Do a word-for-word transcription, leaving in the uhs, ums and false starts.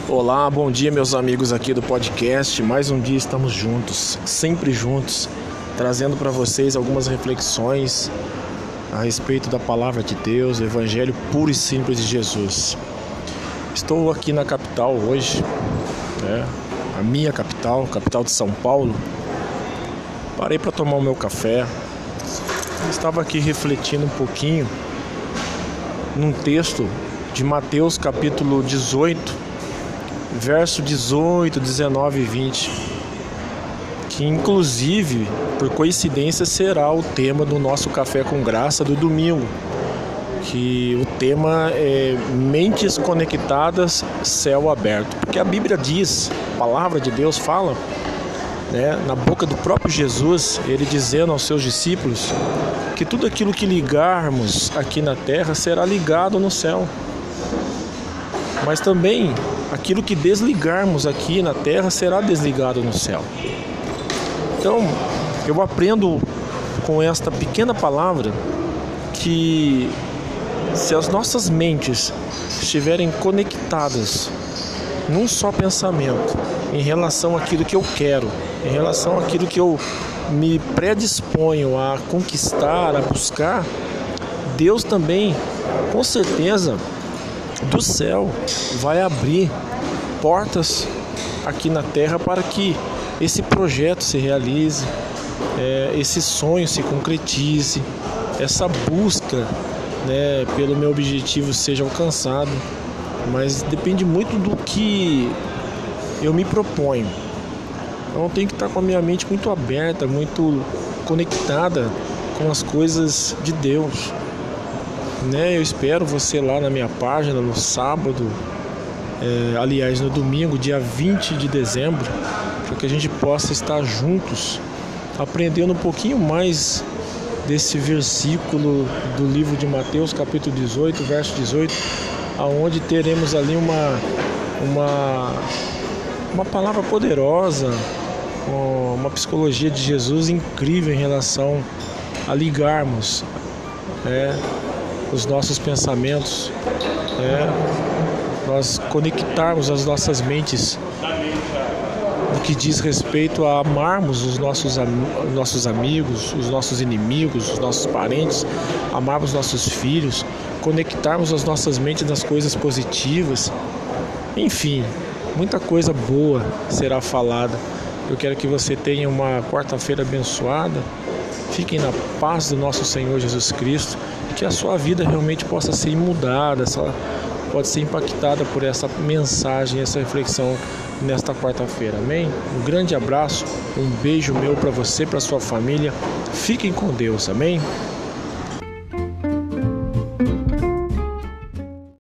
Olá, bom dia meus amigos aqui do podcast. Mais um dia estamos juntos, sempre juntos, trazendo para vocês algumas reflexões a respeito da palavra de Deus, o evangelho puro e simples de Jesus. Estou aqui na capital hoje, né? A minha capital, capital de São Paulo. Parei para tomar o meu café. Estava aqui refletindo um pouquinho num texto de Mateus capítulo dezoito, verso dezoito, dezenove e vinte, que inclusive, por coincidência, será o tema do nosso Café com Graça do domingo, que o tema é Mentes Conectadas, Céu Aberto, porque a Bíblia diz, a palavra de Deus fala, né, na boca do próprio Jesus, ele dizendo aos seus discípulos que tudo aquilo que ligarmos aqui na terra será ligado no céu, mas também aquilo que desligarmos aqui na terra será desligado no céu. Então, eu aprendo com esta pequena palavra que se as nossas mentes estiverem conectadas num só pensamento, em relação àquilo que eu quero, em relação àquilo que eu me predisponho a conquistar, a buscar, Deus também, com certeza, do céu vai abrir portas aqui na terra para que esse projeto se realize, é, esse sonho se concretize, essa busca, né, pelo meu objetivo seja alcançado. Mas depende muito do que eu me proponho. Então eu tenho que estar com a minha mente muito aberta, muito conectada com as coisas de Deus, né? Eu espero você lá na minha página no sábado, é, aliás no domingo, dia vinte de dezembro, para que a gente possa estar juntos aprendendo um pouquinho mais desse versículo do livro de Mateus, capítulo dezoito, verso dezoito, aonde teremos ali uma, uma, uma palavra poderosa, uma psicologia de Jesus incrível em relação a ligarmos, né, os nossos pensamentos, né, nós conectarmos as nossas mentes no que diz respeito a amarmos os nossos, os nossos amigos, os nossos inimigos, os nossos parentes, amarmos nossos filhos, conectarmos as nossas mentes nas coisas positivas. Enfim, muita coisa boa será falada. Eu quero que você tenha uma quarta-feira abençoada. Fiquem na paz do nosso Senhor Jesus Cristo, que a sua vida realmente possa ser mudada, pode ser impactada por essa mensagem, essa reflexão nesta quarta-feira. Amém? Um grande abraço, um beijo meu para você, para sua família. Fiquem com Deus. Amém?